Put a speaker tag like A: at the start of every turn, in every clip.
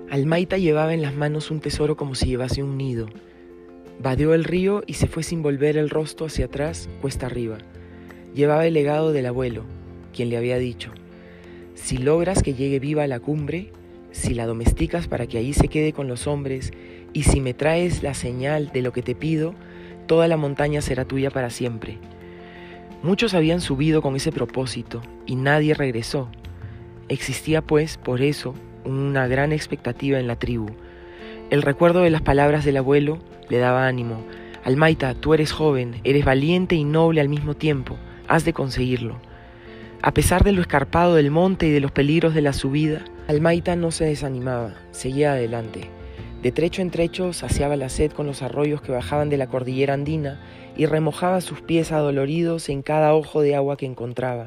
A: Almaita llevaba en las manos un tesoro como si llevase un nido. Vadeó el río y se fue sin volver el rostro hacia atrás, cuesta arriba. Llevaba el legado del abuelo, quien le había dicho: si logras que llegue viva a la cumbre, si la domesticas para que allí se quede con los hombres, y si me traes la señal de lo que te pido, toda la montaña será tuya para siempre. Muchos habían subido con ese propósito y nadie regresó. Existía pues, por eso, una gran expectativa en la tribu. El recuerdo de las palabras del abuelo le daba ánimo. Almaita, tú eres joven, eres valiente y noble al mismo tiempo, has de conseguirlo. A pesar de lo escarpado del monte y de los peligros de la subida, Almaita no se desanimaba, seguía adelante. De trecho en trecho saciaba la sed con los arroyos que bajaban de la cordillera andina y remojaba sus pies adoloridos en cada ojo de agua que encontraba.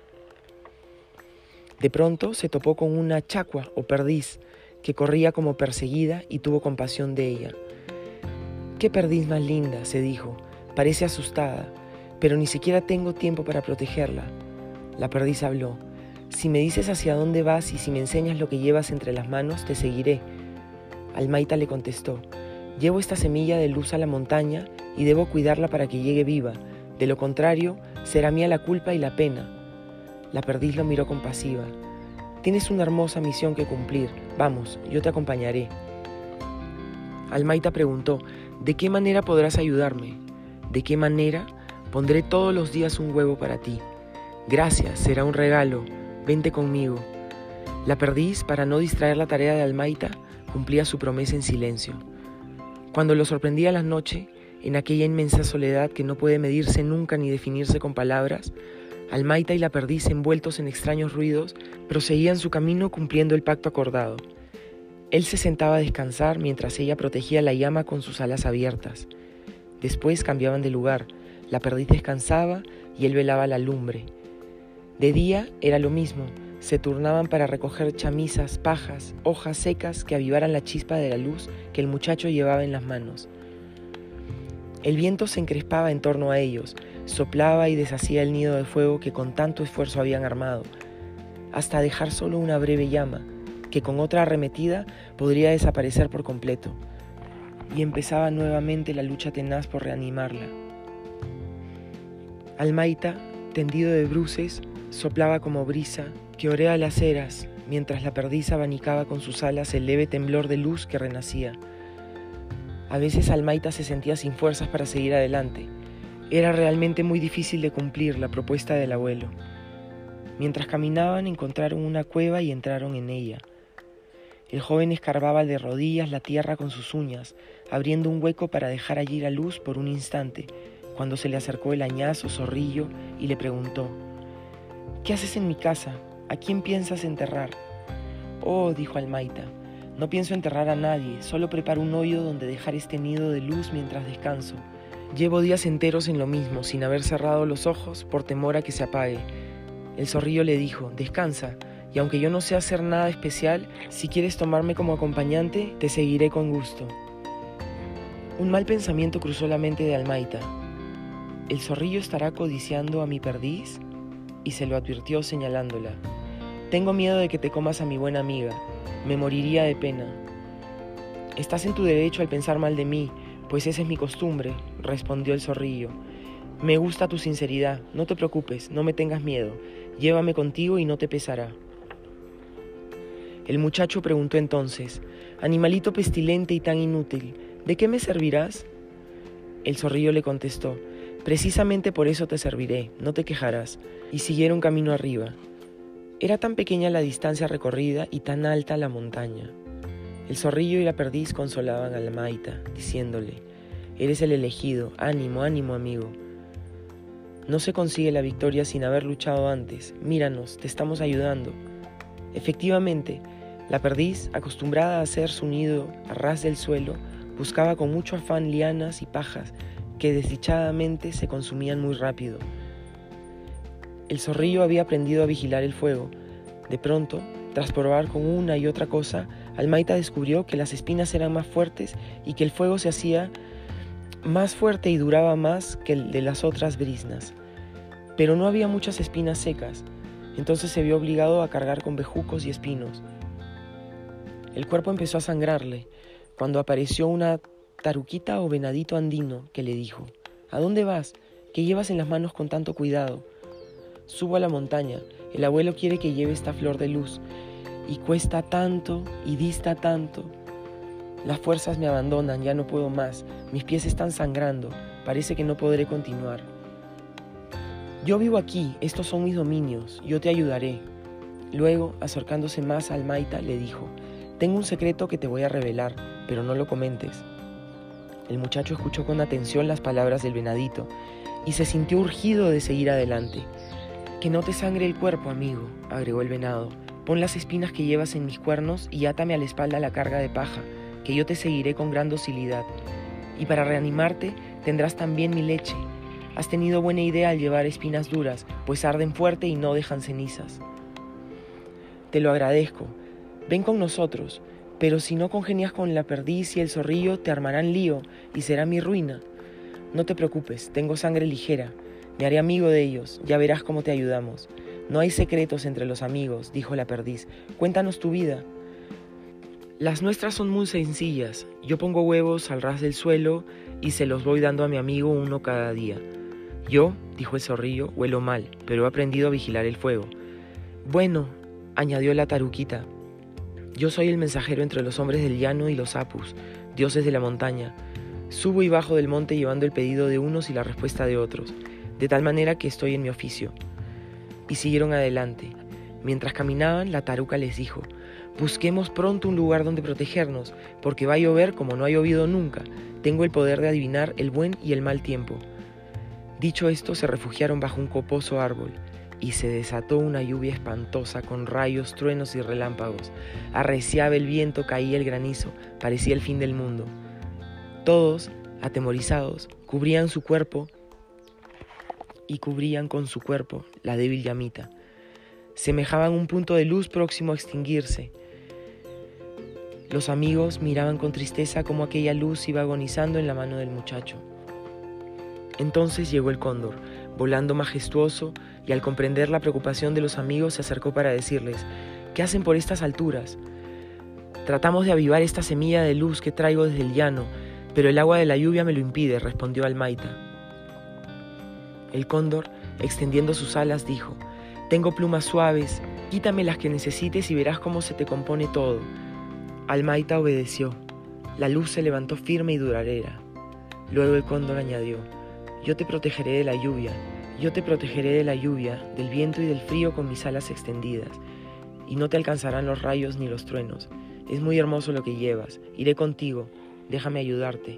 A: De pronto se topó con una chacua o perdiz que corría como perseguida y tuvo compasión de ella. «¡Qué perdiz más linda!», se dijo. «Parece asustada, pero ni siquiera tengo tiempo para protegerla». La perdiz habló: «Si me dices hacia dónde vas y si me enseñas lo que llevas entre las manos, te seguiré». Almaita le contestó: «Llevo esta semilla de luz a la montaña y debo cuidarla para que llegue viva. De lo contrario, será mía la culpa y la pena». La perdiz lo miró compasiva. «Tienes una hermosa misión que cumplir. Vamos, yo te acompañaré». Almaita preguntó: «¿De qué manera podrás ayudarme?». «¿De qué manera? Pondré todos los días un huevo para ti». «Gracias, será un regalo. Vente conmigo». La perdiz, para no distraer la tarea de Almaita, cumplía su promesa en silencio. Cuando lo sorprendía la noche, en aquella inmensa soledad que no puede medirse nunca ni definirse con palabras, Almaita y la perdiz, envueltos en extraños ruidos, proseguían su camino cumpliendo el pacto acordado. Él se sentaba a descansar mientras ella protegía la llama con sus alas abiertas. Después cambiaban de lugar, la perdiz descansaba y él velaba la lumbre. De día era lo mismo, se turnaban para recoger chamisas, pajas, hojas secas que avivaran la chispa de la luz que el muchacho llevaba en las manos. El viento se encrespaba en torno a ellos, soplaba y deshacía el nido de fuego que con tanto esfuerzo habían armado, hasta dejar solo una breve llama, que con otra arremetida podría desaparecer por completo, y empezaba nuevamente la lucha tenaz por reanimarla. Almaita, tendido de bruces, soplaba como brisa que orea las eras, mientras la perdiz abanicaba con sus alas el leve temblor de luz que renacía. A veces Almaita se sentía sin fuerzas para seguir adelante. Era realmente muy difícil de cumplir la propuesta del abuelo. Mientras caminaban, encontraron una cueva y entraron en ella. El joven escarbaba de rodillas la tierra con sus uñas, abriendo un hueco para dejar allí la luz por un instante, cuando se le acercó el añazo zorrillo y le preguntó: «¿Qué haces en mi casa? ¿A quién piensas enterrar?». «Oh», dijo Almaita, «no pienso enterrar a nadie, solo preparo un hoyo donde dejar este nido de luz mientras descanso. Llevo días enteros en lo mismo, sin haber cerrado los ojos por temor a que se apague». El zorrillo le dijo: «Descansa, y aunque yo no sé hacer nada especial, si quieres tomarme como acompañante, te seguiré con gusto». Un mal pensamiento cruzó la mente de Almaita. ¿El zorrillo estará codiciando a mi perdiz? Y se lo advirtió señalándola. «Tengo miedo de que te comas a mi buena amiga. Me moriría de pena». «Estás en tu derecho al pensar mal de mí, pues esa es mi costumbre», respondió el zorrillo. «Me gusta tu sinceridad, no te preocupes, no me tengas miedo. Llévame contigo y no te pesará». El muchacho preguntó entonces: «Animalito pestilente y tan inútil, ¿de qué me servirás?». El zorrillo le contestó: «Precisamente por eso te serviré, no te quejarás». Y siguieron camino arriba. Era tan pequeña la distancia recorrida y tan alta la montaña. El zorrillo y la perdiz consolaban a Almaita, diciéndole: «Eres el elegido, ánimo, ánimo, amigo. No se consigue la victoria sin haber luchado antes. Míranos, te estamos ayudando». Efectivamente, la perdiz, acostumbrada a hacer su nido a ras del suelo, buscaba con mucho afán lianas y pajas que desdichadamente se consumían muy rápido. El zorrillo había aprendido a vigilar el fuego. De pronto, tras probar con una y otra cosa, Almaita descubrió que las espinas eran más fuertes y que el fuego se hacía más fuerte y duraba más que el de las otras briznas. Pero no había muchas espinas secas, entonces se vio obligado a cargar con bejucos y espinos. El cuerpo empezó a sangrarle, cuando apareció una taruquita o venadito andino que le dijo: «¿A dónde vas? ¿Qué llevas en las manos con tanto cuidado?» «Subo a la montaña. El abuelo quiere que lleve esta flor de luz. Y cuesta tanto y dista tanto. Las fuerzas me abandonan, ya no puedo más. Mis pies están sangrando. Parece que no podré continuar. Yo vivo aquí, estos son mis dominios. Yo te ayudaré». Luego, acercándose más al Maita, le dijo: «Tengo un secreto que te voy a revelar, pero no lo comentes». El muchacho escuchó con atención las palabras del venadito y se sintió urgido de seguir adelante. «Que no te sangre el cuerpo, amigo», agregó el venado. «Pon las espinas que llevas en mis cuernos y átame a la espalda la carga de paja, que yo te seguiré con gran docilidad. Y para reanimarte tendrás también mi leche. Has tenido buena idea al llevar espinas duras, pues arden fuerte y no dejan cenizas». «Te lo agradezco. Ven con nosotros, pero si no congenias con la perdiz y el zorrillo te armarán lío y será mi ruina. No te preocupes, tengo sangre ligera. Me haré amigo de ellos, ya verás cómo te ayudamos». «No hay secretos entre los amigos», dijo la perdiz. «Cuéntanos tu vida». «Las nuestras son muy sencillas. Yo pongo huevos al ras del suelo y se los voy dando a mi amigo uno cada día. Yo», dijo el zorrillo, «huelo mal, pero he aprendido a vigilar el fuego». «Bueno», añadió la taruquita, «yo soy el mensajero entre los hombres del llano y los apus, dioses de la montaña. Subo y bajo del monte llevando el pedido de unos y la respuesta de otros, de tal manera que estoy en mi oficio». Y siguieron adelante. Mientras caminaban, la taruca les dijo: «Busquemos pronto un lugar donde protegernos, porque va a llover como no ha llovido nunca. Tengo el poder de adivinar el buen y el mal tiempo». Dicho esto, se refugiaron bajo un coposo árbol, y se desató una lluvia espantosa con rayos, truenos y relámpagos. Arreciaba el viento, caía el granizo, parecía el fin del mundo. Todos, atemorizados, cubrían su cuerpo y cubrían con su cuerpo la débil llamita. Semejaban un punto de luz próximo a extinguirse. Los amigos miraban con tristeza cómo aquella luz iba agonizando en la mano del muchacho. Entonces llegó el cóndor, volando majestuoso, y al comprender la preocupación de los amigos se acercó para decirles: «¿Qué hacen por estas alturas? Tratamos de avivar esta semilla de luz que traigo desde el llano, pero el agua de la lluvia me lo impide», respondió Almaita. El cóndor, extendiendo sus alas, dijo: «Tengo plumas suaves, quítame las que necesites y verás cómo se te compone todo». Almaita obedeció. La luz se levantó firme y duradera. Luego el cóndor añadió: «Yo te protegeré de la lluvia, yo te protegeré de la lluvia, del viento y del frío con mis alas extendidas, y no te alcanzarán los rayos ni los truenos. Es muy hermoso lo que llevas, iré contigo, déjame ayudarte».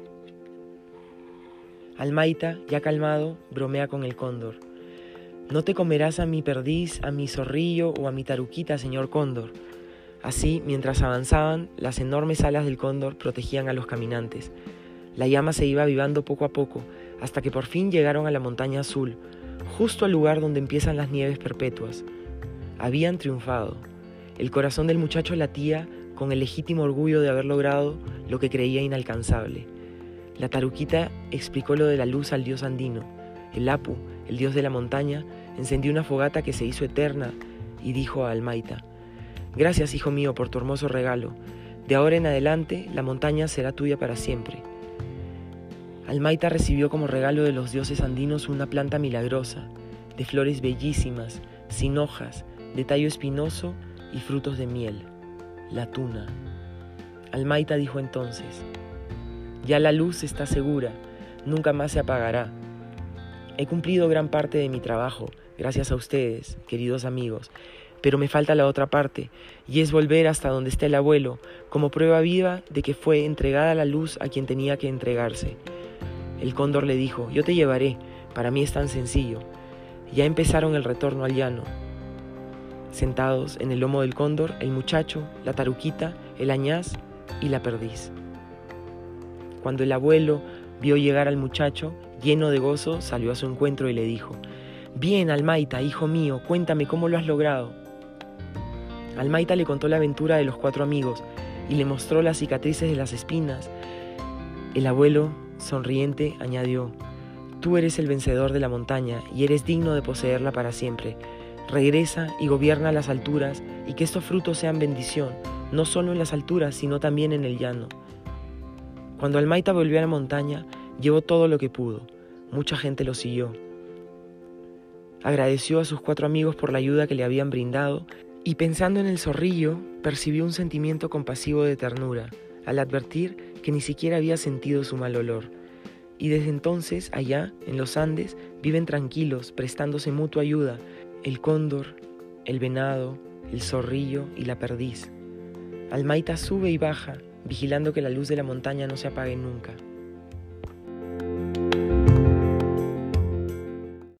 A: Almaita, ya calmado, bromea con el cóndor: «No te comerás a mi perdiz, a mi zorrillo o a mi taruquita, señor cóndor». Así, mientras avanzaban, las enormes alas del cóndor protegían a los caminantes. La llama se iba avivando poco a poco, hasta que por fin llegaron a la montaña azul, justo al lugar donde empiezan las nieves perpetuas. Habían triunfado. El corazón del muchacho latía con el legítimo orgullo de haber logrado lo que creía inalcanzable. La taruquita explicó lo de la luz al dios andino. El Apu, el dios de la montaña, encendió una fogata que se hizo eterna y dijo a Almaita: «Gracias, hijo mío, por tu hermoso regalo. De ahora en adelante, la montaña será tuya para siempre». Almaita recibió como regalo de los dioses andinos una planta milagrosa, de flores bellísimas, sin hojas, de tallo espinoso y frutos de miel: la tuna. Almaita dijo entonces: «Ya la luz está segura, nunca más se apagará. He cumplido gran parte de mi trabajo, gracias a ustedes, queridos amigos, pero me falta la otra parte, y es volver hasta donde está el abuelo, como prueba viva de que fue entregada la luz a quien tenía que entregarse». El cóndor le dijo: «Yo te llevaré, para mí es tan sencillo». Ya empezaron el retorno al llano. Sentados en el lomo del cóndor, el muchacho, la taruquita, el añaz y la perdiz. Cuando el abuelo vio llegar al muchacho, lleno de gozo, salió a su encuentro y le dijo: «Bien, Almaita, hijo mío, cuéntame cómo lo has logrado». Almaita le contó la aventura de los 4 amigos y le mostró las cicatrices de las espinas. El abuelo, sonriente, añadió: «Tú eres el vencedor de la montaña y eres digno de poseerla para siempre. Regresa y gobierna las alturas, y que estos frutos sean bendición, no solo en las alturas, sino también en el llano. Cuando Almaita volvió a la montaña, llevó todo lo que pudo. Mucha gente lo siguió. Agradeció a sus 4 amigos por la ayuda que le habían brindado y pensando en el zorrillo, percibió un sentimiento compasivo de ternura al advertir que ni siquiera había sentido su mal olor. Y desde entonces, allá, en los Andes, viven tranquilos, prestándose mutua ayuda, el cóndor, el venado, el zorrillo y la perdiz. Almaita sube y baja, vigilando que la luz de la montaña no se apague nunca.